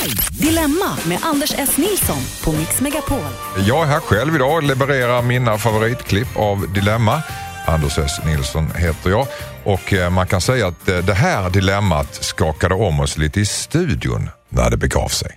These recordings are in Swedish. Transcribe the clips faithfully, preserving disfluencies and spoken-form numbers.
Dilemma med Anders S. Nilsson på Mix Megapol. Jag är här själv idag och levererar mina favoritklipp av Dilemma. Anders S. Nilsson heter jag. Och man kan säga att det här dilemmat skakade om oss lite i studion när det begav sig.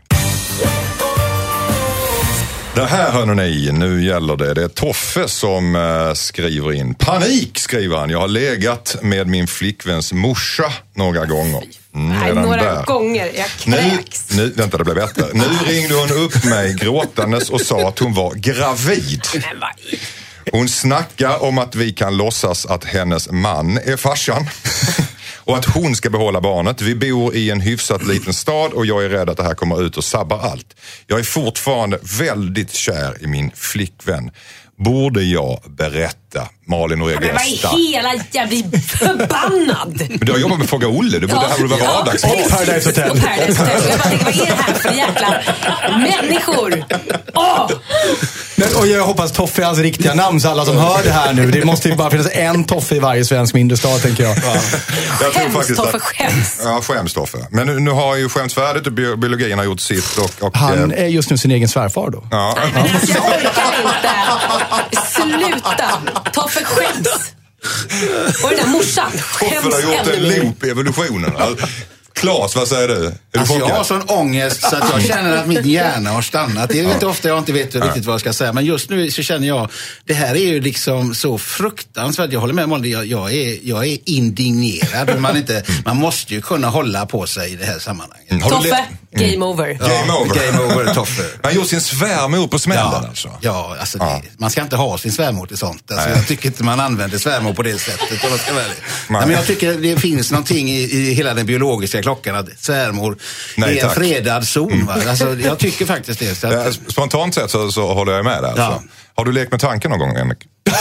Det här hör ni, nu gäller det. Det är Toffe som äh, skriver in. Panik, skriver han. Jag har legat med min flickväns morsa några gånger. Mm, Nej, några där. gånger. Jag kräks. Nu, nu, vänta, det blev bättre. Nu ringde hon upp mig gråtandes och sa att hon var gravid. Hon snackar om att vi kan låtsas att hennes man är farsan. Och att hon ska behålla barnet. Vi bor i en hyfsat liten stad och jag är rädd att det här kommer ut och sabbar allt. Jag är fortfarande väldigt kär i min flickvän. Borde jag berätta? Malin och Regesta. Men vad är hela jävla förbannad? Men du har jobbat med Fråga Olle. Du borde ja, här borde vara ja, vardags. Och Paradise Hotel. Och Paradise Hotel. Jag bara tänker, vad är det här för jäkla människor? Åh! Men, och jag hoppas Toffe är hans riktiga namn, så alla som hör det här nu. Det måste ju bara finnas en Toffe i varje svensk mindre stad, tänker jag. Ja. jag tror skäms, Toffe, skäms. Ja, skäms, Toffe. Men nu, nu har ju skämts färdigt och biologin har gjort sitt. Och, och, Han är just nu sin egen svärfar då. Ja. Nej, men alltså, jag orkar inte. Sluta. Toffe skäms. Och den där morsan skäms. Toffe har gjort en loop i evolutionen. Klas, vad säger du? Alltså jag har sån ångest så att jag känner att min hjärna har stannat. Det är inte ofta jag inte vet riktigt vad jag ska säga. Men just nu så känner jag, det här är ju liksom så fruktansvärt. Jag håller med om det. Jag, jag, är, jag är indignerad. Man, inte, man måste ju kunna hålla på sig i det här sammanhanget. Mm. Toffe, game mm. over. Game ja, over. Game over, Toffe. Han gjort sin svärmor på smällen ja, alltså. Ja, alltså ja. Det, man ska inte ha sin svärmor till sånt. Alltså, jag tycker inte man använder svärmor på det sättet. Och ska Nej, men jag tycker det finns någonting i, i hela den biologiska klockan att svärmor Nej, är en tack. fredad zon. Va? Alltså, jag tycker faktiskt det. Så att... Spontant sett så, så håller jag med där. Alltså. Ja. Har du lekt med tanken någon gång, Henrik?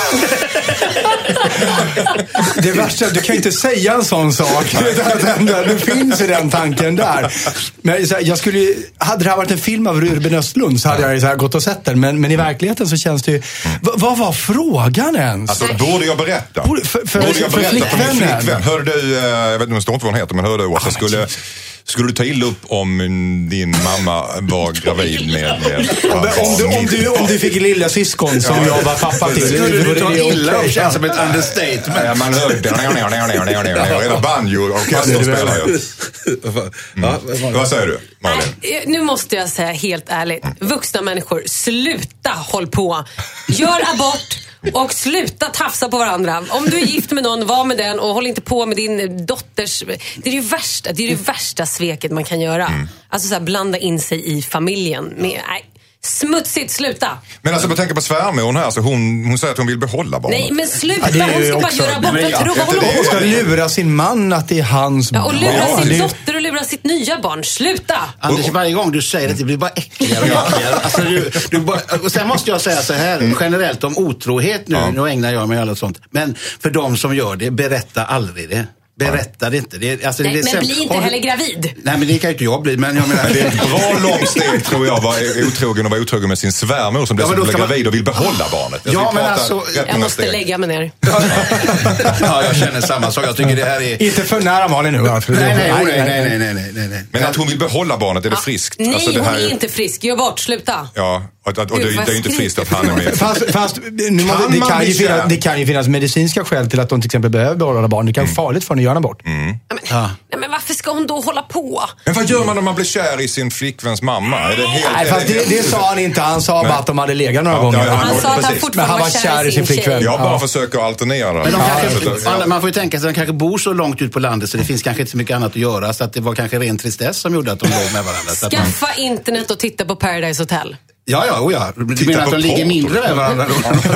Det värsta, du kan inte säga en sån sak. Det finns ju den tanken där. Men jag skulle, hade det här varit en film av Ruben Östlund så hade jag så här gått och sett den. Men, men i verkligheten så känns det ju... Mm. V- vad var frågan ens? Alltså, borde jag berätta? Borde, för för, borde jag för berätta för min flickvän? Hörde du, jag vet inte om det står inte vad hon heter, men hörde du Åsa, skulle... Skulle du ta illa upp om din mamma var gravid med... med om, om, du, om, du, om du fick lilla syskon som ja. jag var pappa till. Skulle du ta illa upp? Känns som ett understatement. Ja, man hörde... Hela banjo och orkester spelar ju. Mm. Vad säger du, Malin? Nej, nu måste jag säga helt ärligt. Vuxna människor, sluta håll på. Gör abort. Och sluta tafsa på varandra. Om du är gift med någon, var med den och håll inte på med din dotters... Det är ju värsta, det är det värsta sveket man kan göra. Mm. Alltså så här, blanda in sig i familjen. Med, nej, smutsigt, sluta. Men alltså, jag tänker på svärmor här. Alltså, hon, hon säger att hon vill behålla barnet. Nej, men sluta. Ja, hon ska också bara göra bort. Nej, ja, hon ska lura sin man att det är hans barn. Ja, och lura ja, sin det... dotter och lura sitt nya barn. Sluta! Anders, varje gång du säger att det blir bara äckligare och äckligare. Alltså, du, du bara, och sen måste jag säga så här, mm. generellt om otrohet nu. Ja. Nu ägnar jag mig alla sånt. Men för de som gör det, berätta aldrig det. Berätta det inte. Det, alltså, nej, det är men sen, bli inte har, heller gravid. Nej, men det kan ju inte jag bli. Men jag menar, det är ett bra långsteg, tror jag, var otrogen och var otrogen med sin svärmor som dessutom ja, blir gravid man... och vill behålla barnet. Jag ja, men alltså... Jag måste steg. lägga mig ner. Ja, jag känner samma sak. Jag tycker det här är... Inte för nära Malin nu. Nej, nej, nej, nej, nej, nej, nej, nej, nej. Men att hon vill behålla barnet, är det friskt? Nej, alltså, det här hon är inte frisk. Gör bort, sluta. Ja, och, och, och det, det är inte friskt att han är med. Fast, fast nu kan det, kan ju finnas, det kan ju finnas medicinska skäl till att de till exempel behöver behålla barn. Det kan vara mm. farligt för henne att göra bort. Mm. Men, ja. nej, men varför ska hon då hålla på? Men vad gör man om man blir kär i sin flickväns mamma? Är det helt, nej, fast det, det sa han inte. Han sa nej. bara att de hade legat några ja, gånger. Ja, han, han sa att han fortfarande han var kär i sin flickvän. Jag bara ja. försöker alternera. Men de kanske, ja. Man får ju tänka sig att de kanske bor så långt ut på landet så det finns kanske inte så mycket annat att göra. Så att det var kanske ren tristess som gjorde att de låg med varandra. Skaffa man... internet och titta på Paradise Hotel. Ja, ja, oh ja. Du menar att de ligger mindre med varandra då?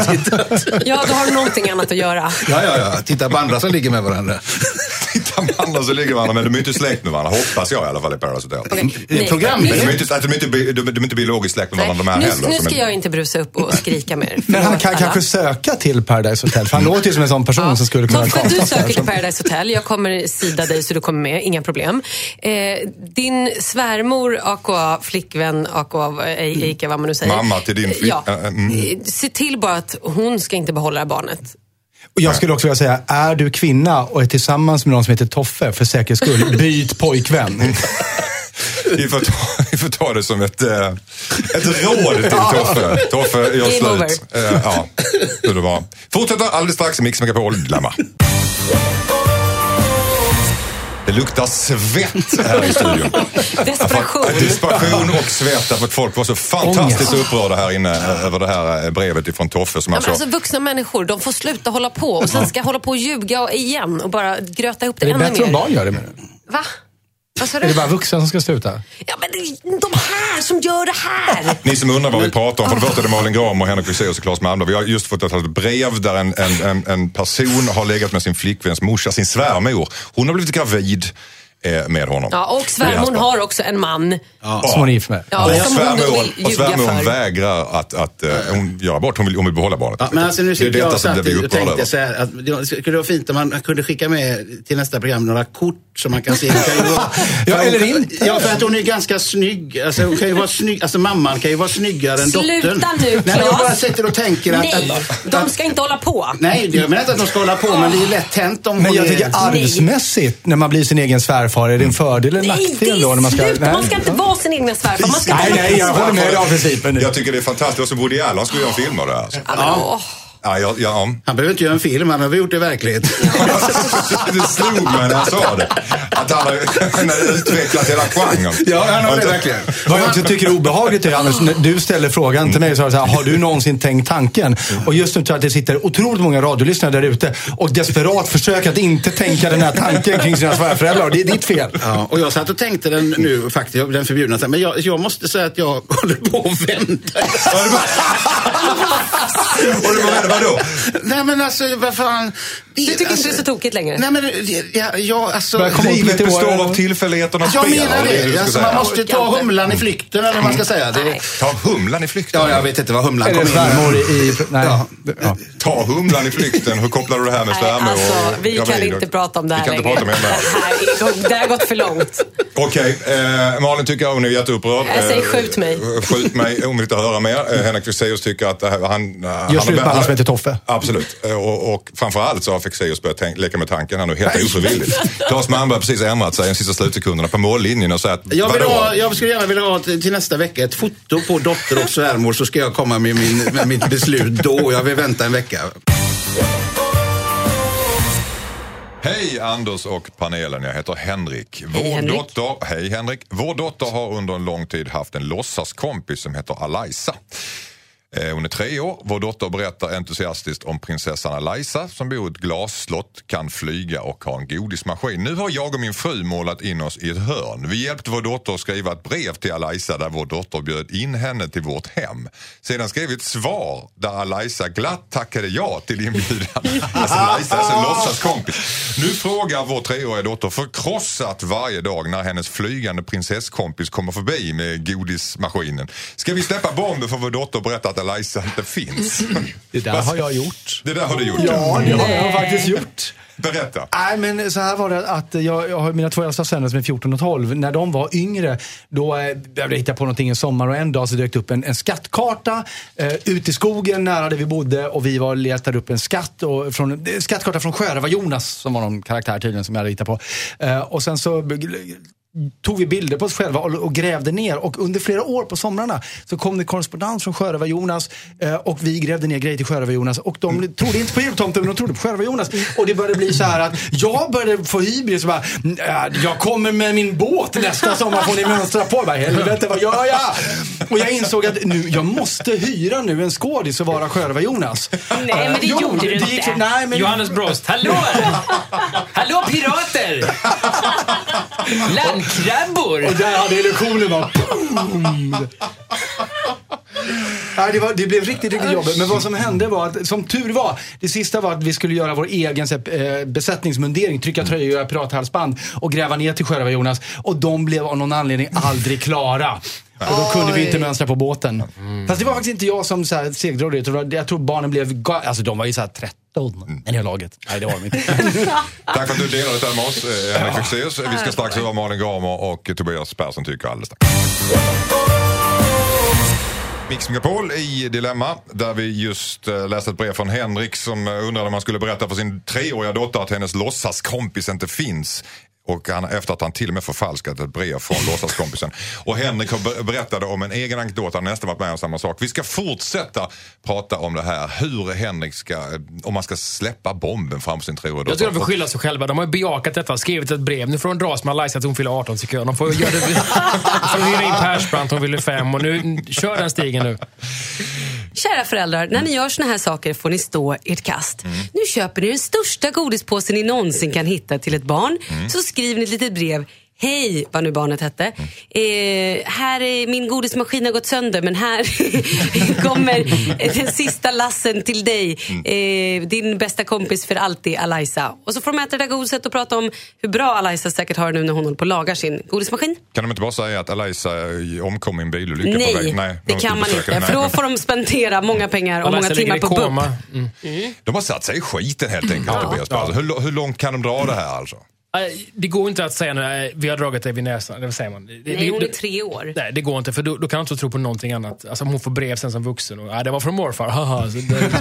Ja, då har du någonting annat att göra. Ja, ja, ja. Titta på andra som ligger med varandra. Titta på andra som ligger med varandra, men de är inte släkt med varandra. Hoppas jag i alla fall i Paradise Hotel. Okay. Program. Men de är inte, att de, är inte, de, de är inte biologiskt släkt med varandra, de här nu, heller. Nu ska en... jag inte brusa upp och skrika mer. Men han kan alla. kanske söka till Paradise Hotel. För han låter ju som en sån person ja. som skulle kunna Toffe, du söker till Paradise Hotel. Jag kommer sida dig så du kommer med. Inga problem. Eh, din svärmor, A K A, flickvän, A K A, Eika, vad man nu säger. Mamma till din flick. Ja. Mm. Se till bara att hon ska inte behålla barnet. Och jag skulle också vilja säga, är du kvinna och är tillsammans med någon som heter Toffe, för säkerhets skull, byt pojkvän. vi, får ta, vi får ta det som ett, äh, ett råd till Toffe. Toffe, gör slut. Äh, ja, hur det var. Fortsätter alldeles strax i Mix Megapol Dilemma. Det luktar svett här i studion. Desperation. Desperation och svett. För att folk var så fantastiskt upprörda här inne över det här brevet ifrån Toffe. Som ja, alltså... alltså vuxna människor, de får sluta hålla på och sen ska hålla på och ljuga igen och bara gröta ihop det ännu mer. Är det bättre om barn gör det med det? Va? Är det bara vuxna som ska sluta? Ja, men de här som gör det här. Ni som undrar vad vi pratar om, för det första är det Malin Gram och Henrik Fexeus och Claes Malmberg. Vi har just fått ett brev där en, en, en, en person har legat med sin flickväns morsa, sin svärmor. Hon har blivit gravid med honom. Ja, och svärmor har också en man. Ja. Som hon är gift med. Ja, och som svärmor, och svärmor vägrar att, att uh, hon gör bort, hon vill, hon vill behålla barnet. Ja, men alltså nu sitter jag satt och tänkte så här, att det skulle vara fint om man kunde skicka med till nästa program några kort som man kan se. Kan ju vara, ja, eller inte. Ja, för att hon är ganska snygg. Alltså, hon kan ju vara snygg. Alltså mamman kan ju vara snyggare än dottern. Sluta nu, Nej, jag bara sitter och tänker att... Nej, att, de ska inte hålla på. Nej, jag menar inte att de ska hålla på, men det är lätt hänt om Men jag är... tycker arvsmässigt, när man blir sin egen svärfar, är det en fördel eller en nackdel då? När man, ska, nej, man ska inte vara sin egna svärfar. Man ska nej, nej, jag håller med av principen nu. Jag tycker det är fantastiskt. Och så Woody Allen skulle göra filmer där. Alltså. Ja. Ja, ja, ja. Han behöver inte göra en film, han har gjort det i verklighet. Det slog mig när jag sa det. Att han har utvecklat hela genren. Ja, han har det verkligen. Vad jag också tycker är obehagligt är, Anders, när du ställer frågan till mig så, så här, har du någonsin tänkt tanken? Och just nu tror jag att det sitter otroligt många radiolyssnare där ute och desperat försöker att inte tänka den här tanken kring sina svärföräldrar. Och det är ditt fel. Ja, och jag satt och tänkte den nu faktiskt, den förbjudna. Men jag, jag måste säga att jag håller på att vänta. Och du var vadå? Nej men alltså, vad fan... Du tycker alltså, inte det är så tokigt längre? Nej men, ja, ja alltså... Livet består av tillfälligheternas jag spel. menar det. det alltså, man måste ta humlan i flykten, eller vad man ska säga. Det... Ta humlan i flykten? Ja, jag vet inte vad humlan kommer in. Svärmor i... i nej. Ja. Ja. Ta humlan i flykten. Hur kopplar du det här med svärmor? Alltså, vi och, kan inte prata om det här vi kan längre. Inte prata om det, här, det har gått för långt. Okej, okay, eh, Malin tycker hon är jätteupprörd. Jag säger skjut mig. Eh, skjut mig, hon vill inte höra mer. Eh, Henrik Fexeus tycker att eh, han... Eh, Gör slut med alla som heter Toffe. Absolut. Eh, och, och framförallt så har Fexeus börjat tänk, leka med tanken här nu, helt ofrivilligt. Claes Malmberg har precis ändrat sig de sista slutsekunderna på mållinjen och säger att... Jag, vill ha, jag skulle gärna vilja ha till, till nästa vecka ett foto på dotter och svärmor, så ska jag komma med, min, med mitt beslut då. Jag vill vänta en vecka. Hej Anders och panelen, jag heter Henrik. Vår hej Henrik. dotter, hej Henrik. Vår dotter har under en lång tid haft en låtsaskompis som heter Alaisa. Hon är tre år. Vår dotter berättar entusiastiskt om prinsessan Alaisa som bor i ett glasslott, kan flyga och har en godismaskin. Nu har jag och min fru målat in oss i ett hörn. Vi hjälpte vår dotter att skriva ett brev till Alaisa där vår dotter bjöd in henne till vårt hem. Sedan skrev vi ett svar där Alaisa glatt tackade ja till inbjudan. Alltså Alaisa är en låtsaskompis. Nu frågar vår treåriga dotter förkrossat varje dag när hennes flygande prinsesskompis kommer förbi med godismaskinen. Ska vi släppa bomben för vår dotter och berätta att Alaisa inte finns? Det där har jag gjort. Det där har du gjort. Ja, det har jag faktiskt gjort. Berätta. Nej, men så här var det att jag, jag har mina två äldsta söner som är fjorton och tolv. När de var yngre, då eh, behövde jag hitta på någonting i sommar och en dag så dök upp en, en skattkarta eh, ut i skogen nära där vi bodde och vi var letade upp en skatt och från, skattkarta från Sjörövar Jonas som var någon karaktär tydligen som jag hade hittat på. Eh, och sen så tog vi bilder på oss själva och, och grävde ner och under flera år på somrarna så kom det korrespondens från Sjörövar Jonas eh, och vi grävde ner grejer till Sjörövar Jonas och de mm. trodde inte på jultomten men de trodde på Sjörövar Jonas och det började bli så här att jag började få hybris och bara, jag kommer med min båt nästa sommar, får ni mönstra på mig, helvete vad gör jag? Och jag insåg att nu, jag måste hyra nu en skådis och vara Sjörövar Jonas. Nej men det jo, gjorde du det inte. Så, nej, men... Johannes Brost, hallå! Hallå pirater! Landkrabbor! Och där hade illusionen bara... Nej, det, var, det blev riktigt, riktigt jobbigt. Men vad som hände var att, som tur var, det sista var att vi skulle göra vår egen så, eh, besättningsmundering, trycka tröjor och göra pirathalsband och gräva ner till Sjörövar Jonas. Och de blev av någon anledning aldrig klara. Och då kunde vi inte mönstra på båten. Mm. Fast det var faktiskt inte jag som så här segdrog det. Jag tror barnen blev... Ga- alltså de var ju så här tretton mm. i laget. Nej, det var de inte. Tack för att du delade det här med oss, Henrik Fexeus. Vi ska strax höra Malin Gramer och Tobias Persson tycker alldeles strax. Mix Megapol i Dilemma, där vi just äh, läste ett brev från Henrik som äh, undrade om man skulle berätta för sin treåriga dotter att hennes låtsaskompis inte finns. Och han, efter att han till och med förfalskat ett brev från låtsaskompisen. Och Henrik har berättade om en egen anekdot. Han nästan varit med om samma sak. Vi ska fortsätta prata om det här. Hur Henrik ska, om man ska släppa bomben fram sin tro. Jag tror de får skylla sig själva. De har ju bejakat detta, skrivit ett brev. Nu får de dras med Alaisa att hon fyller arton tycker jag. De får göra det. De får hyra in Persbrandt, hon fyller fem. Och nu, kör den stigen nu. Kära föräldrar, när ni gör såna här saker får ni stå ert kast. Mm. Nu köper ni den största godispåsen ni någonsin kan hitta till ett barn. Mm. Så skriver ni ett litet brev. Hej, vad nu barnet hette. Mm. Eh, här är min godismaskin har gått sönder, men här kommer den sista lassen till dig. Eh, din bästa kompis för alltid, Alaisa. Och så får de äta det där godiset och prata om hur bra Alaisa säkert har nu när hon håller på att laga sin godismaskin. Kan de inte bara säga att Alaisa omkom i en bilolycka Nej, på väg? Nej, det kan man inte. Nej. För då får de spendera många pengar och Alaisa många timmar på B U P. Mm. Mm. De har satt sig i skiten helt enkelt. Ja, ja. Alltså, hur, hur långt kan de dra det här alltså? Det går inte att säga nu, vi har dragit det vid näsan, det säger man. Det, nej, hon är tre år. Nej, det går inte, för då, då kan hon inte tro på någonting annat. Alltså hon får brev sen som vuxen. Och, nej, det var från morfar, haha. Så det,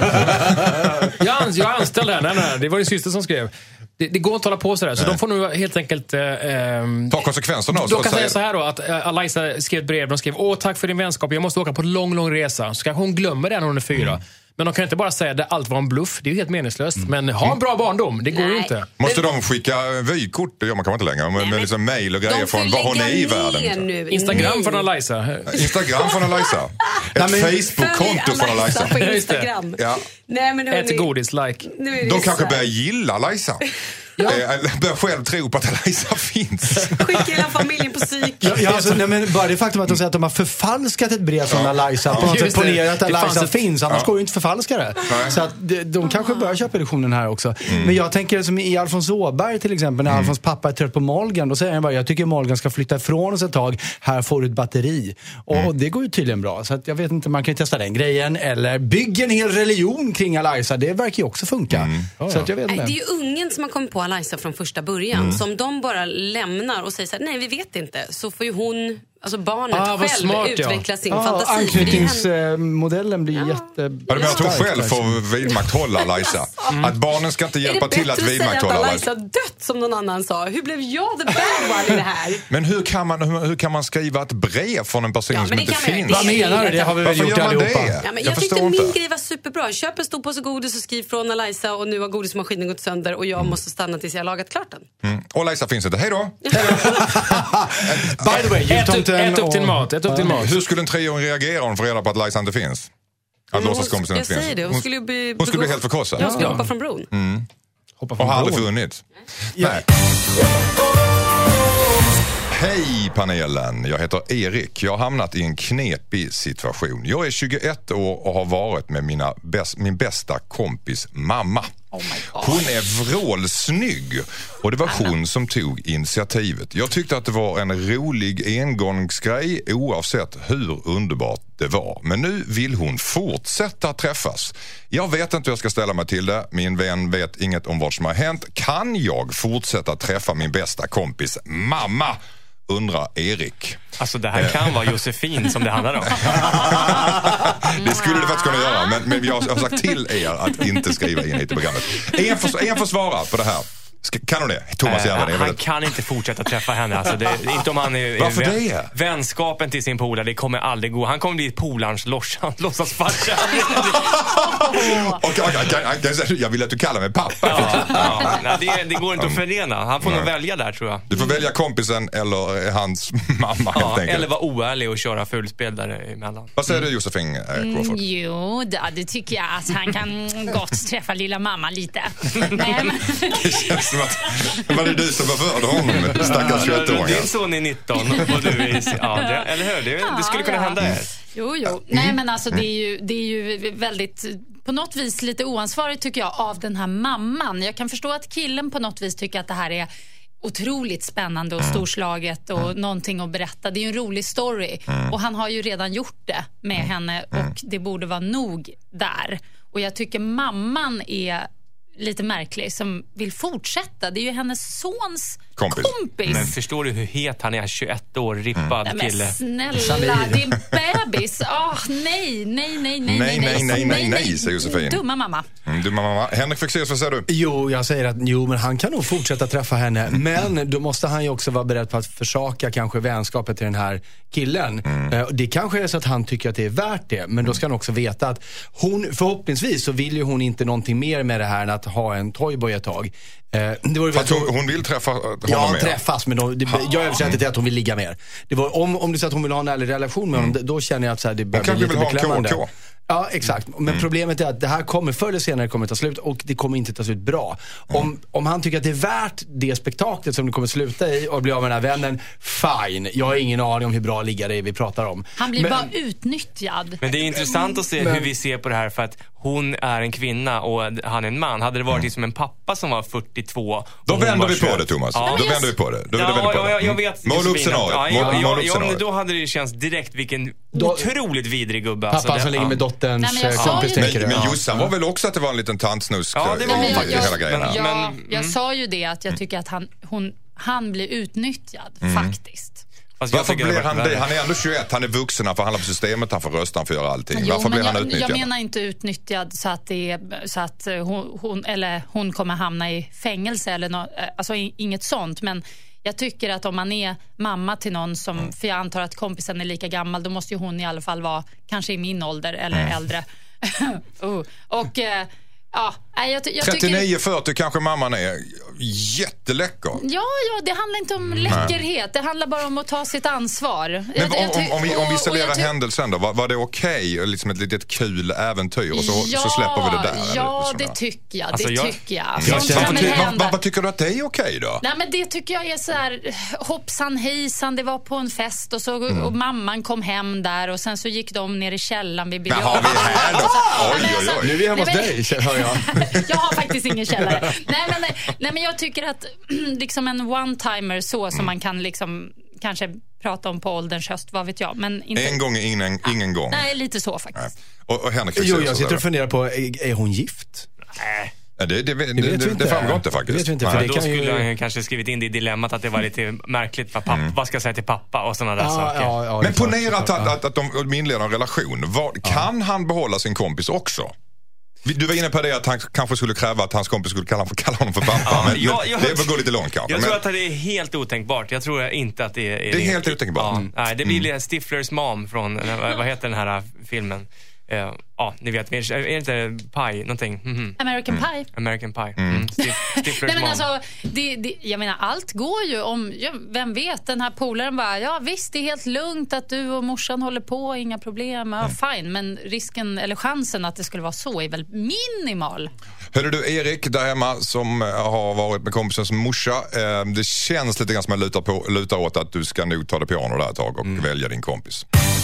jag, ans, jag anställde henne, nej, nej, det var din syster som skrev. Det, det går inte att hålla på sådär, så nej. De får nu helt enkelt... Eh, ta konsekvenserna. De kan säga så här då, att eh, Alaisa skrev ett brev, de skrev, åh tack för din vänskap, jag måste åka på en lång, lång resa. Så kanske hon glömmer det när hon är fyra. Mm. Men de kan inte bara säga att allt var en bluff. Det är ju helt meningslöst. Mm. Men ha en bra barndom, det går ju inte. Måste de skicka vykort? Det gör man kanske inte längre. Med, med liksom mail och grejer från vad hon är i världen. Nu. Instagram Nej. Från Alaisa. Instagram från Alaisa. Ett Facebook-konto från Alaisa. På Instagram. Ja. Nej, men ett godis-like. De kanske börjar gilla Alaisa. Ja. Jag börjar själv tro på att Alaisa finns. Skicka hela familjen på psyk. Ja, ja, alltså, nej, men bara det faktum att de säger att de har förfalskat ett brev från ja. Alaisa. På något sätt ponerar att Alaisa ett... finns. Annars ja. går ju inte förfalska det. Nej. Så att de, de kanske börjar köpa editionen här också. Mm. Men jag tänker som i Alfons Åberg till exempel. När mm. Alfons pappa är trött på Molgan. Då säger han bara, jag tycker Molgan ska flytta ifrån oss ett tag. Här får du ett batteri. Och, mm. och det går ju tydligen bra. Så att jag vet inte, man kan ju testa den grejen. Eller bygga en hel religion kring Alaisa. Det verkar ju också funka. Mm. Ja, så att jag vet inte. Det är ju ungen som har kommit på Alaisa från första början. Mm. Som de bara lämnar och säger så här, nej vi vet inte. Så får ju hon, alltså barnet ah, själv smart, utveckla ja. sin ah, fantasi. Anknytningsmodellen blir ja. jätte... Ja, men jag tror själv får vidmakthålla Alaisa. Mm. Att barnen ska inte hjälpa till att vidmakthålla Alaisa. Är det bättre att säga att Alaisa dött som någon annan sa? Hur blev jag the bad one i det här? Men hur kan man, hur, hur kan man skriva ett brev från en person ja, som inte finns? Vad menar du? Det har vi väl gjort allihopa. Ja, men jag, jag tyckte min grej var superbra. Köp en stor påse godis och skriv från Alaisa och nu har godismaskinen gått sönder och jag mm. måste stanna tills jag har lagat klart den. Mm. Och Alaisa finns inte. Hej då! By the way, ät, ät, ät upp till mat. Ät upp till mat. Hur skulle en treåring reagera om hon får reda på att Alaisa inte finns? Att låtsaskompisen inte finns. Det. Hon, hon skulle bli, hon skulle bli helt förkrossad. Hon skulle hoppa från bron. Mm. Hoppa från och har bron. aldrig funnits. Ja. Nej. Hej panelen, jag heter Erik. Jag har hamnat i en knepig situation. Jag är tjugoett år och har varit med mina bäst, min bästa kompis mamma. Oh hon är vrålsnygg och det var hon som tog initiativet. Jag tyckte att det var en rolig engångsgrej oavsett hur underbart det var. Men nu vill hon fortsätta träffas. Jag vet inte hur jag ska ställa mig till det. Min vän vet inget om vad som har hänt. Kan jag fortsätta träffa min bästa kompis mamma? Undrar Erik. Alltså det här kan vara Josefin som det handlar om. Det skulle det faktiskt kunna göra. Men, men jag har sagt till er att inte skriva in hit i programmet. En får, en får svara på det här. Ska, kan hon det? Thomas äh, Järven, han väldigt... kan inte fortsätta träffa henne. Alltså det, inte om han är, varför vän, det? Vänskapen till sin polare, det kommer aldrig gå. Han kommer bli polarns låtsasfarsa. okay, okay, jag vill att du kallar mig pappa. Ja, ja, nej, det, det går inte att förena. Han får nog välja där, tror jag. Du får välja kompisen eller hans mamma, ja, helt enkelt. Eller vara oärlig och köra fulspel däremellan. Vad säger du, Josefin Crawford? Mm, jo, då, det tycker jag att han kan gott träffa lilla mamma lite. Nej, men... Det känns som att var det du som var för honom, stackars tjugoett-åringar. Din son är nitton och du är... Ja, det, eller hur? Det, det skulle kunna hända er. Jo, jo. Mm. Nej, men alltså det är, ju, det är ju väldigt... På något vis lite oansvarigt tycker jag av den här mamman. Jag kan förstå att killen på något vis tycker att det här är otroligt spännande och storslaget och mm. någonting att berätta. Det är ju en rolig story. Mm. Och han har ju redan gjort det med mm. henne och det borde vara nog där. Och jag tycker mamman är lite märklig som vill fortsätta. Det är ju hennes sons kompis. kompis. Men förstår du hur het han är? tjugoett år, rippad Nej, kille. men snälla, det är en bebis. Oh, nej, nej, nej, nej, Nej, nej, nej, nej, nej, säger Josefin. Dumma mamma. Mm, dumma mamma. Henrik Fexeus, vad säger du? Jo, jag säger att jo, men han kan nog fortsätta träffa henne. Men då måste han ju också vara beredd på att försaka kanske vänskapet till den här killen. Mm. Det kanske är så att han tycker att det är värt det. Men då ska han också veta att hon, förhoppningsvis så vill ju hon inte någonting mer med det här än att ha en toyboy ett tag. Det var För hon, hon vill träffa honom ja, mer? träffas, men de, det, jag översätter till att hon vill ligga mer. Det var, om, om du säger att hon vill ha en ärlig relation med honom, mm. då känner jag att så här, det börjar bli lite beklämmande. K K. Ja, exakt. Men mm. problemet är att det här kommer förr eller senare kommer ta slut och det kommer inte ta slut bra. Om, mm. om han tycker att det är värt det spektaklet som det kommer sluta i och bli av med den här vännen, fine. Jag har ingen aning om hur bra ligga det är vi pratar om. Han blir men, bara utnyttjad. Men det är intressant att se men, hur vi ser på det här för att hon är en kvinna och han är en man. Hade det varit mm. liksom en pappa som var fyrtiotvå. Då vänder vi på det, Thomas. Ja. Då vänder vi på det. Då ja, vänder vi på det. Jag, jag vet. Mål upp scenariot. Ja, ja, Mål, mål upp ja, scenariot. då hade det känts direkt vilken då, otroligt vidrig gubbe. Pappa alltså, det, som ligger ja. med dotterns Nej, kompis. Men, men, men Jossan var väl också att det var en liten tantsnusk ja, det var Nej, faktiskt jag, hela grejen. Ja, men, jag mm. sa ju det att jag tycker att han, hon, han blir utnyttjad mm. faktiskt. Varför blir han det? Han är ändå tjugoett, han är vuxen, han får handla på systemet, han får rösta, han får göra allting. Jo, Varför blir han jag, utnyttjad? Jag menar inte utnyttjad så att, det är, så att hon, hon, eller hon kommer hamna i fängelse eller no, alltså inget sånt, men jag tycker att om man är mamma till någon som, mm. för jag antar att kompisen är lika gammal, då måste ju hon i alla fall vara kanske i min ålder eller mm. äldre. uh. Och eh, ja, jag, jag trettionio tycker... fyrtio kanske mamman är jätteläcker. Ja, ja, det handlar inte om läckerhet. Det handlar bara om att ta sitt ansvar. Men jag, om, om, om vi, om vi isolerar ty- händelsen då, var, var det okej? Okay? Liksom ett litet kul äventyr och så, ja, så släpper vi det där? Ja, eller, det tycker jag. Alltså, det jag, tycker jag. jag, jag jag ty- vad, vad, vad tycker du att det är okej okay då? Nej, men det tycker jag är så här hoppsan hejsan, det var på en fest och, så, mm. och mamman kom hem där och sen så gick de ner i källaren vid biljard. Jaha, vi är här då. Oj, oj, oj. Nu är vi hemma hos dig, hör jag. Jag har faktiskt ingen källare. Nej, men, nej, men jag tycker att liksom en one-timer så som mm. man kan liksom kanske prata om på ålderns höst, vad vet jag. Men inte... En gång är ingen, ingen gång. Nej, lite så faktiskt. Och, och Henrik, jo, jag sitter och funderar på, är, är hon gift? Nej. Ja, det, det, det, det, det, det framgår inte faktiskt. Det vet vi inte, för ja, det då kan skulle ju... han kanske skrivit in det i dilemmat att det var lite märkligt vad, pappa, mm. vad ska jag säga till pappa och sådana där ja, saker. Ja, ja, men ponera att, att, att, att de inleder en relation. Var, ja. Kan han behålla sin kompis också? Du var inne på det att han kanske skulle kräva att hans kompis skulle kalla, kalla honom för pappa. Ja, men, jag, jag, det går lite långt kanske. Jag tror men, att det är helt otänkbart. Jag tror inte att det är... Det är helt otänkbart. Ja, mm. nej, det blir mm. Stiflers mom från, vad heter den här filmen? Uh, ja, ni vet, är det inte Pie, någonting? Mm-hmm. American mm. Pie. American Pie. Mm. Stif- Stiflers Nej, men mom. alltså, det, det, jag menar, allt går ju om, ja, vem vet, den här polaren bara, ja visst, det är helt lugnt att du och morsan håller på, inga problem, ja, mm. fine, men risken, eller chansen att det skulle vara så är väl minimal. Hörde du Erik där hemma som har varit med kompisens morsa, eh, det känns lite grann som att lutar, på, lutar åt att du ska nog ta det piano där ett tag och mm. välja din kompis.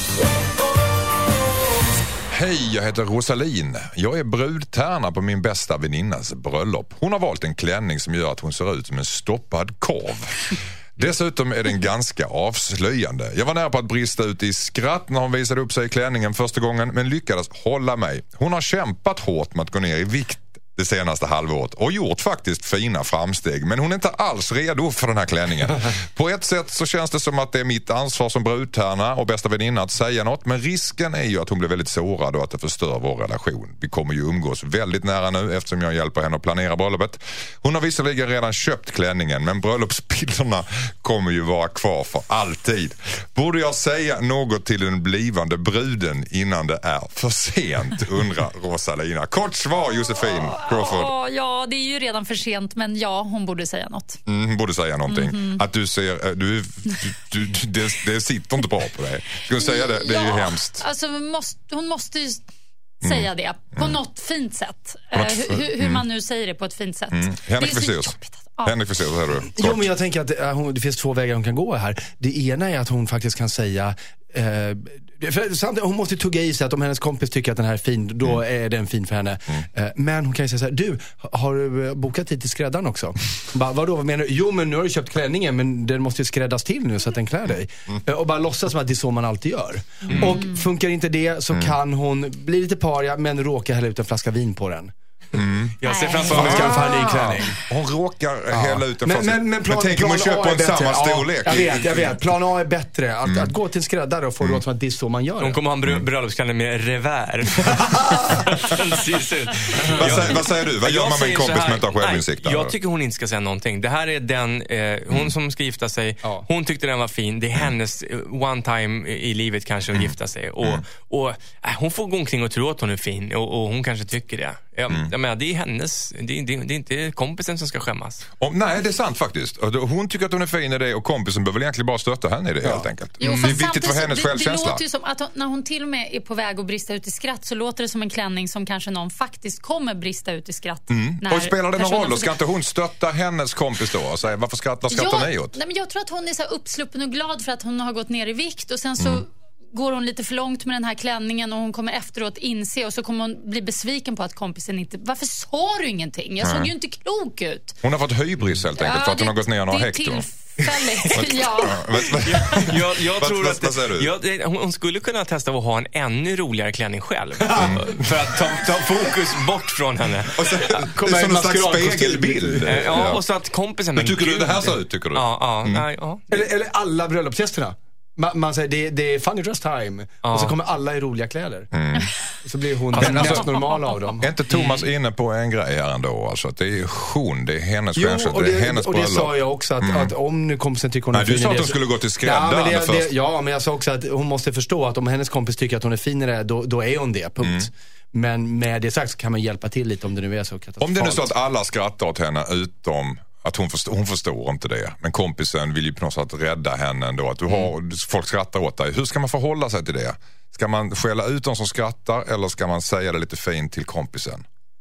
Hej, jag heter Rosalin. Jag är brudtärna på min bästa väninnas bröllop. Hon har valt en klänning som gör att hon ser ut som en stoppad korv. Dessutom är den ganska avslöjande. Jag var nära på att brista ut i skratt när hon visade upp sig i klänningen första gången, men lyckades hålla mig. Hon har kämpat hårt med att gå ner i vikt det senaste halvåret och gjort faktiskt fina framsteg, men hon är inte alls redo för den här klänningen. På ett sätt så känns det som att det är mitt ansvar som brudtärna och bästa väninna att säga något, men risken är ju att hon blir väldigt sårad och att det förstör vår relation. Vi kommer ju umgås väldigt nära nu eftersom jag hjälper henne att planera bröllopet. Hon har visserligen redan köpt klänningen, men bröllopsbilderna kommer ju vara kvar för alltid. Borde jag säga något till den blivande bruden innan det är för sent, undrar Rosalina. Kort svar, Josefin Crawford. Oh, ja, det är ju redan för sent, men ja, hon borde säga något. Mm, hon borde säga någonting. Mm-hmm. Att du ser, du, du, du, det, det sitter inte bra på dig. Ska du säga det? Det är ja, ju hemskt. Alltså, hon måste, hon måste ju säga mm. det på mm. något fint sätt. Något f- uh, hur, hur mm. man nu säger det på ett fint sätt. Mm. Henrik Fexeus. Ja. Henrik Fexeus, vad säger du? Jo, men jag tänker att det, hon, det finns två vägar hon kan gå här. Det ena är att hon faktiskt kan säga... Eh, för, hon måste tugga i sig att om hennes kompis tycker att den här är fin, då mm. är den fin för henne. Mm. Eh, men hon kan ju säga så här: du, har du bokat tid till skräddaren också? Bara, vadå, vad menar du? Jo, men nu har du köpt klänningen, men den måste ju skräddas till nu så att den klär dig. Mm. Eh, och bara låtsas som att det är så man alltid gör. Mm. Och funkar inte det så mm. kan hon bli lite paria, men råka hälla ut en flaska vin på den. Mm. Jag ser Nej. framför mig... Ska fan ny klänning. Hon råkar hälla ut den Men, från men, sig. men, plan, men tänk om man plan A köper är en bättre. samma Ja, storlek. jag vet, jag vet. Plan A är bättre. Att, mm. att gå till en skräddare och få råd som att det är så man gör. Hon kommer ha en br- bröllopsklänning med revär. vad, säger, vad säger du? Vad gör Jag man med en säger så kompis här, som inte har självinsikt? nej, Jag tycker hon inte ska säga någonting. Det här är den, eh, hon mm. som ska gifta sig. Ja. Hon tyckte den var fin. Det är hennes one time i livet kanske att mm. gifta sig. Och, mm. och äh, hon får gå omkring och tro att hon är fin. Och, och hon kanske tycker det. Jag, mm. jag menar, det är hennes, det, det, det är inte kompisen som ska skämmas. Om, nej, det är sant faktiskt. Hon tycker att hon är fin i det och kompisen behöver egentligen bara stötta henne i det ja. helt enkelt. Jo, mm. Det är viktigt för hennes det, självkänsla. Det låter ju som att hon, när hon till och med är på väg att brista ut i skratt så låter det som en klänning som kanske någon faktiskt kommer brista ut i skratt. Mm. Och spelar det någon roll? Och ska inte hon stötta hennes kompis då och säga varför skrattar, skrattar ja, ni åt? Nej, men jag tror att hon är så här uppsluppen och glad för att hon har gått ner i vikt och sen så mm. går hon lite för långt med den här klänningen och hon kommer efteråt inse och så kommer hon bli besviken på att kompisen inte... Varför sa du ingenting? Jag såg mm. ju inte klok ut. Hon har fått hybris helt enkelt ja, för att hon har gått ner några hekto. Tillfälligt, ja. jag, jag tror att det, jag, hon skulle kunna testa att ha en ännu roligare klänning själv. Mm. För att ta, ta fokus bort från henne. Och så, kommer som en slags spegelbild. Ja, ja, och så att kompisen... Men tycker du det här ser ut, tycker du? Ja, ja, mm. nej, ja. Eller, eller alla bröllopsgästerna. Man, man säger det, det är funny dress time ja. och så kommer alla i roliga kläder. Mm. Så blir hon alltså, den mest alltså, normala av dem. Är inte Thomas inne på en grej här ändå? Alltså, att det är hon, det är hennes självkänsla, det, det är hennes bröllop. Och det sa jag också, att, mm. att om nu kompisen tycker hon är Nej, fin du sa att det, hon skulle gå till skräddaren ja, först. Det, ja, men jag sa också att hon måste förstå att om hennes kompis tycker att hon är fin i det, då, då är hon det, punkt. Mm. Men med det sagt så kan man hjälpa till lite om det nu är så katastrofalt. Om det är nu så att alla skrattar åt henne utom... Att hon förstår, hon förstår inte det. Men kompisen vill ju på något sätt rädda henne ändå. Att du har, mm. folk skrattar åt dig. Hur ska man förhålla sig till det? Ska man skälla ut de som skrattar eller ska man säga det lite fint till kompisen?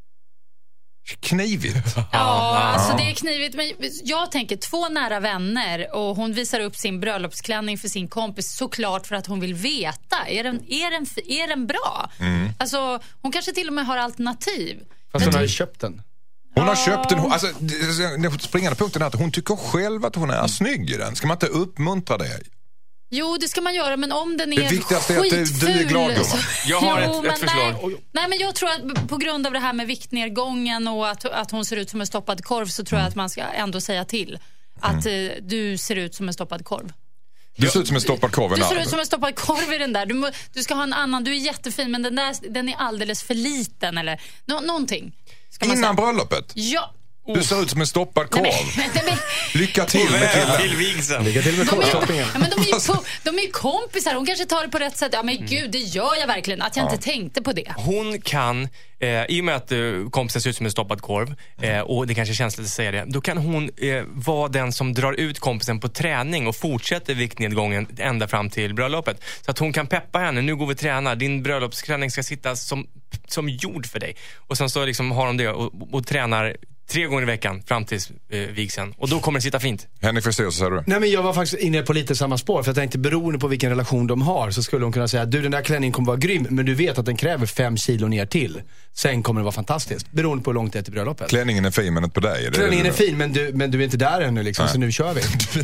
Knivigt. Ja, alltså det är knivigt. Men jag tänker två nära vänner och hon visar upp sin bröllopsklänning för sin kompis såklart för att hon vill veta. Är den, är den, är den bra? Mm. Alltså, hon kanske till och med har alternativ. Fast hon har ju köpt den. Hon har köpt den, alltså den springande punkten är att hon tycker själv att hon är mm. snygg i den. Ska man inte uppmuntra det? Jo, det ska man göra, men om den är skitful... Det viktigaste är att du är glad, gumman. Jag har jo, ett, ett förslag. Nej, nej, men jag tror att på grund av det här med viktnedgången och att, att hon ser ut som en stoppad korv så tror jag att man ska ändå säga till att mm. eh, du ser ut som en stoppad korv. Du ser ut som en stoppad korv. Du ser ut som en stoppad korv i den där. Du, må, du ska ha en annan, du är jättefin men den där den är alldeles för liten eller no, någonting. Ska man Innan säga. bröllopet? Ja. Du ser ut som en stoppad korv. Nej, men, nej, men, Lycka till med killen. Till vigseln. Lycka till med korvstoppningen. Ja, men de är ju på, de är ju kompisar. Hon kanske tar det på rätt sätt. Ja, men mm. gud, det gör jag verkligen. Att jag ja. inte tänkte på det. Hon kan, eh, i och med att eh, kompisen ser ut som en stoppad korv, eh, och det kanske är känsligt att säga det, då kan hon eh, vara den som drar ut kompisen på träning och fortsätter viktnedgången ända fram till bröllopet. Så att hon kan peppa henne. Nu går vi och tränar. Din bröllopsklänning ska sitta som, som jord för dig. Och sen så liksom har de det och, och, och tränar tre gånger i veckan fram till eh, vigseln. Och då kommer det sitta fint. Henrik Fristor, så säger du? Nej, men jag var faktiskt inne på lite samma spår. För jag tänkte, beroende på vilken relation de har så skulle hon kunna säga, du den där klänningen kommer vara grym, men du vet att den kräver fem kilo ner till. Sen kommer det vara fantastiskt. Beroende på hur långt det är till bröllopet. Klänningen är fin, men inte på dig. Klänningen är fin, men du, men du är inte där ännu liksom, så nu kör vi.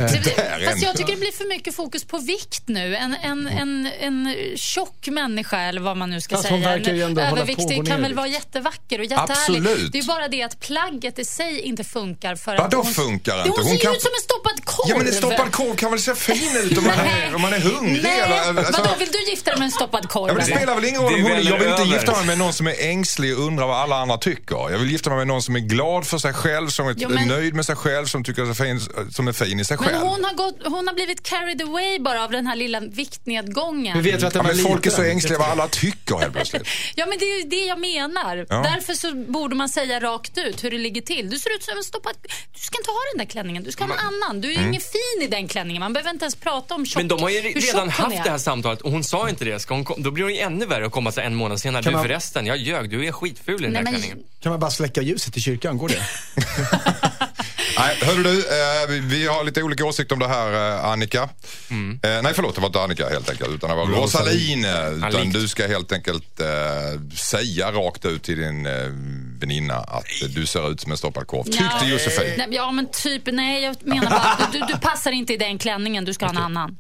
Fast jag tycker det blir för mycket fokus på vikt nu. En, en, en, en tjock människa, eller vad man nu ska Fast säga. En överviktig kan väl vara jättevacker och jättehärlig. Absolut. Det är bara det att plagget i sig inte funkar. För Vadå att hon, funkar inte? Hon, hon ser kan... ut som en stoppad korv. Ja, men en stoppad korv kan väl se fin ut om man är, om man är hungrig. Nej, eller, alltså... vadå, vill du gifta dig med en stoppad korv? Ja, men det spelar väl ingen roll om hon, jag vill inte över. gifta mig med någon som är ängslig och undrar vad alla andra tycker. Jag vill gifta mig med någon som är glad för sig själv, som är jo, men... nöjd med sig själv, som tycker att fin, som är fin i sig själv. Men hon har, gått, hon har blivit carried away bara av den här lilla viktnedgången. Vi vet att ja, men folk är så ängsliga vad alla tycker helt plötsligt. Ja, men det är ju det jag menar. Ja. Därför så borde man säga rakt ut hur det ligger till. Du ser ut som en stoppad... Du ska inte ha den där klänningen, du ska ha en annan. Du är mm. ingen fin i den klänningen. Man behöver inte ens prata om tjock. Men de har ju redan haft det här samtalet och hon sa inte det. Ska hon, då blir hon ju ännu värre att komma sig en månad senare. Kan du man... förresten, jag ljög, du är skitful i den Nej, där men... klänningen. Kan man bara släcka ljuset i kyrkan, går det? Nej, hörru du, eh, vi har lite olika åsikter om det här, eh, Annika. Mm. Eh, nej, förlåt, det var inte Annika helt enkelt, utan det var Rosaline. Utan du ska helt enkelt eh, säga rakt ut till din eh, väninna att eh, du ser ut som en stoppad korv. Tyckte ja, Josefin? Nej, ja, men typ, nej, jag menar bara du, du, du passar inte i den klänningen, du ska ha en annan.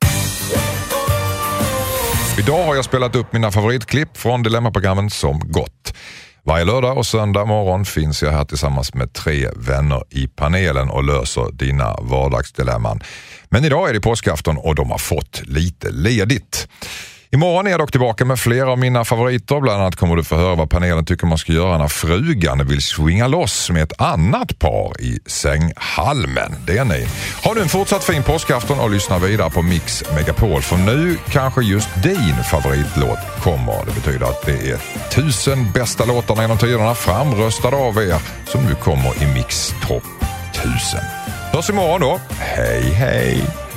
Idag har jag spelat upp mina favoritklipp från Dilemma-programmen som gått. Varje lördag och söndag morgon finns jag här tillsammans med tre vänner i panelen och löser dina vardagsdilemman. Men idag är det påskafton och de har fått lite ledigt. Imorgon är jag dock tillbaka med flera av mina favoriter. Bland annat kommer du få höra vad panelen tycker man ska göra när frugan vill swinga loss med ett annat par i sänghalmen. Det är ni. Har du en fortsatt fin påskafton och lyssna vidare på Mix Megapol. För nu kanske just din favoritlåt kommer. Det betyder att det är tusen bästa låtarna genom tiderna framröstade av er som nu kommer i Mix Topp tusen. Hörs imorgon då. Hej hej!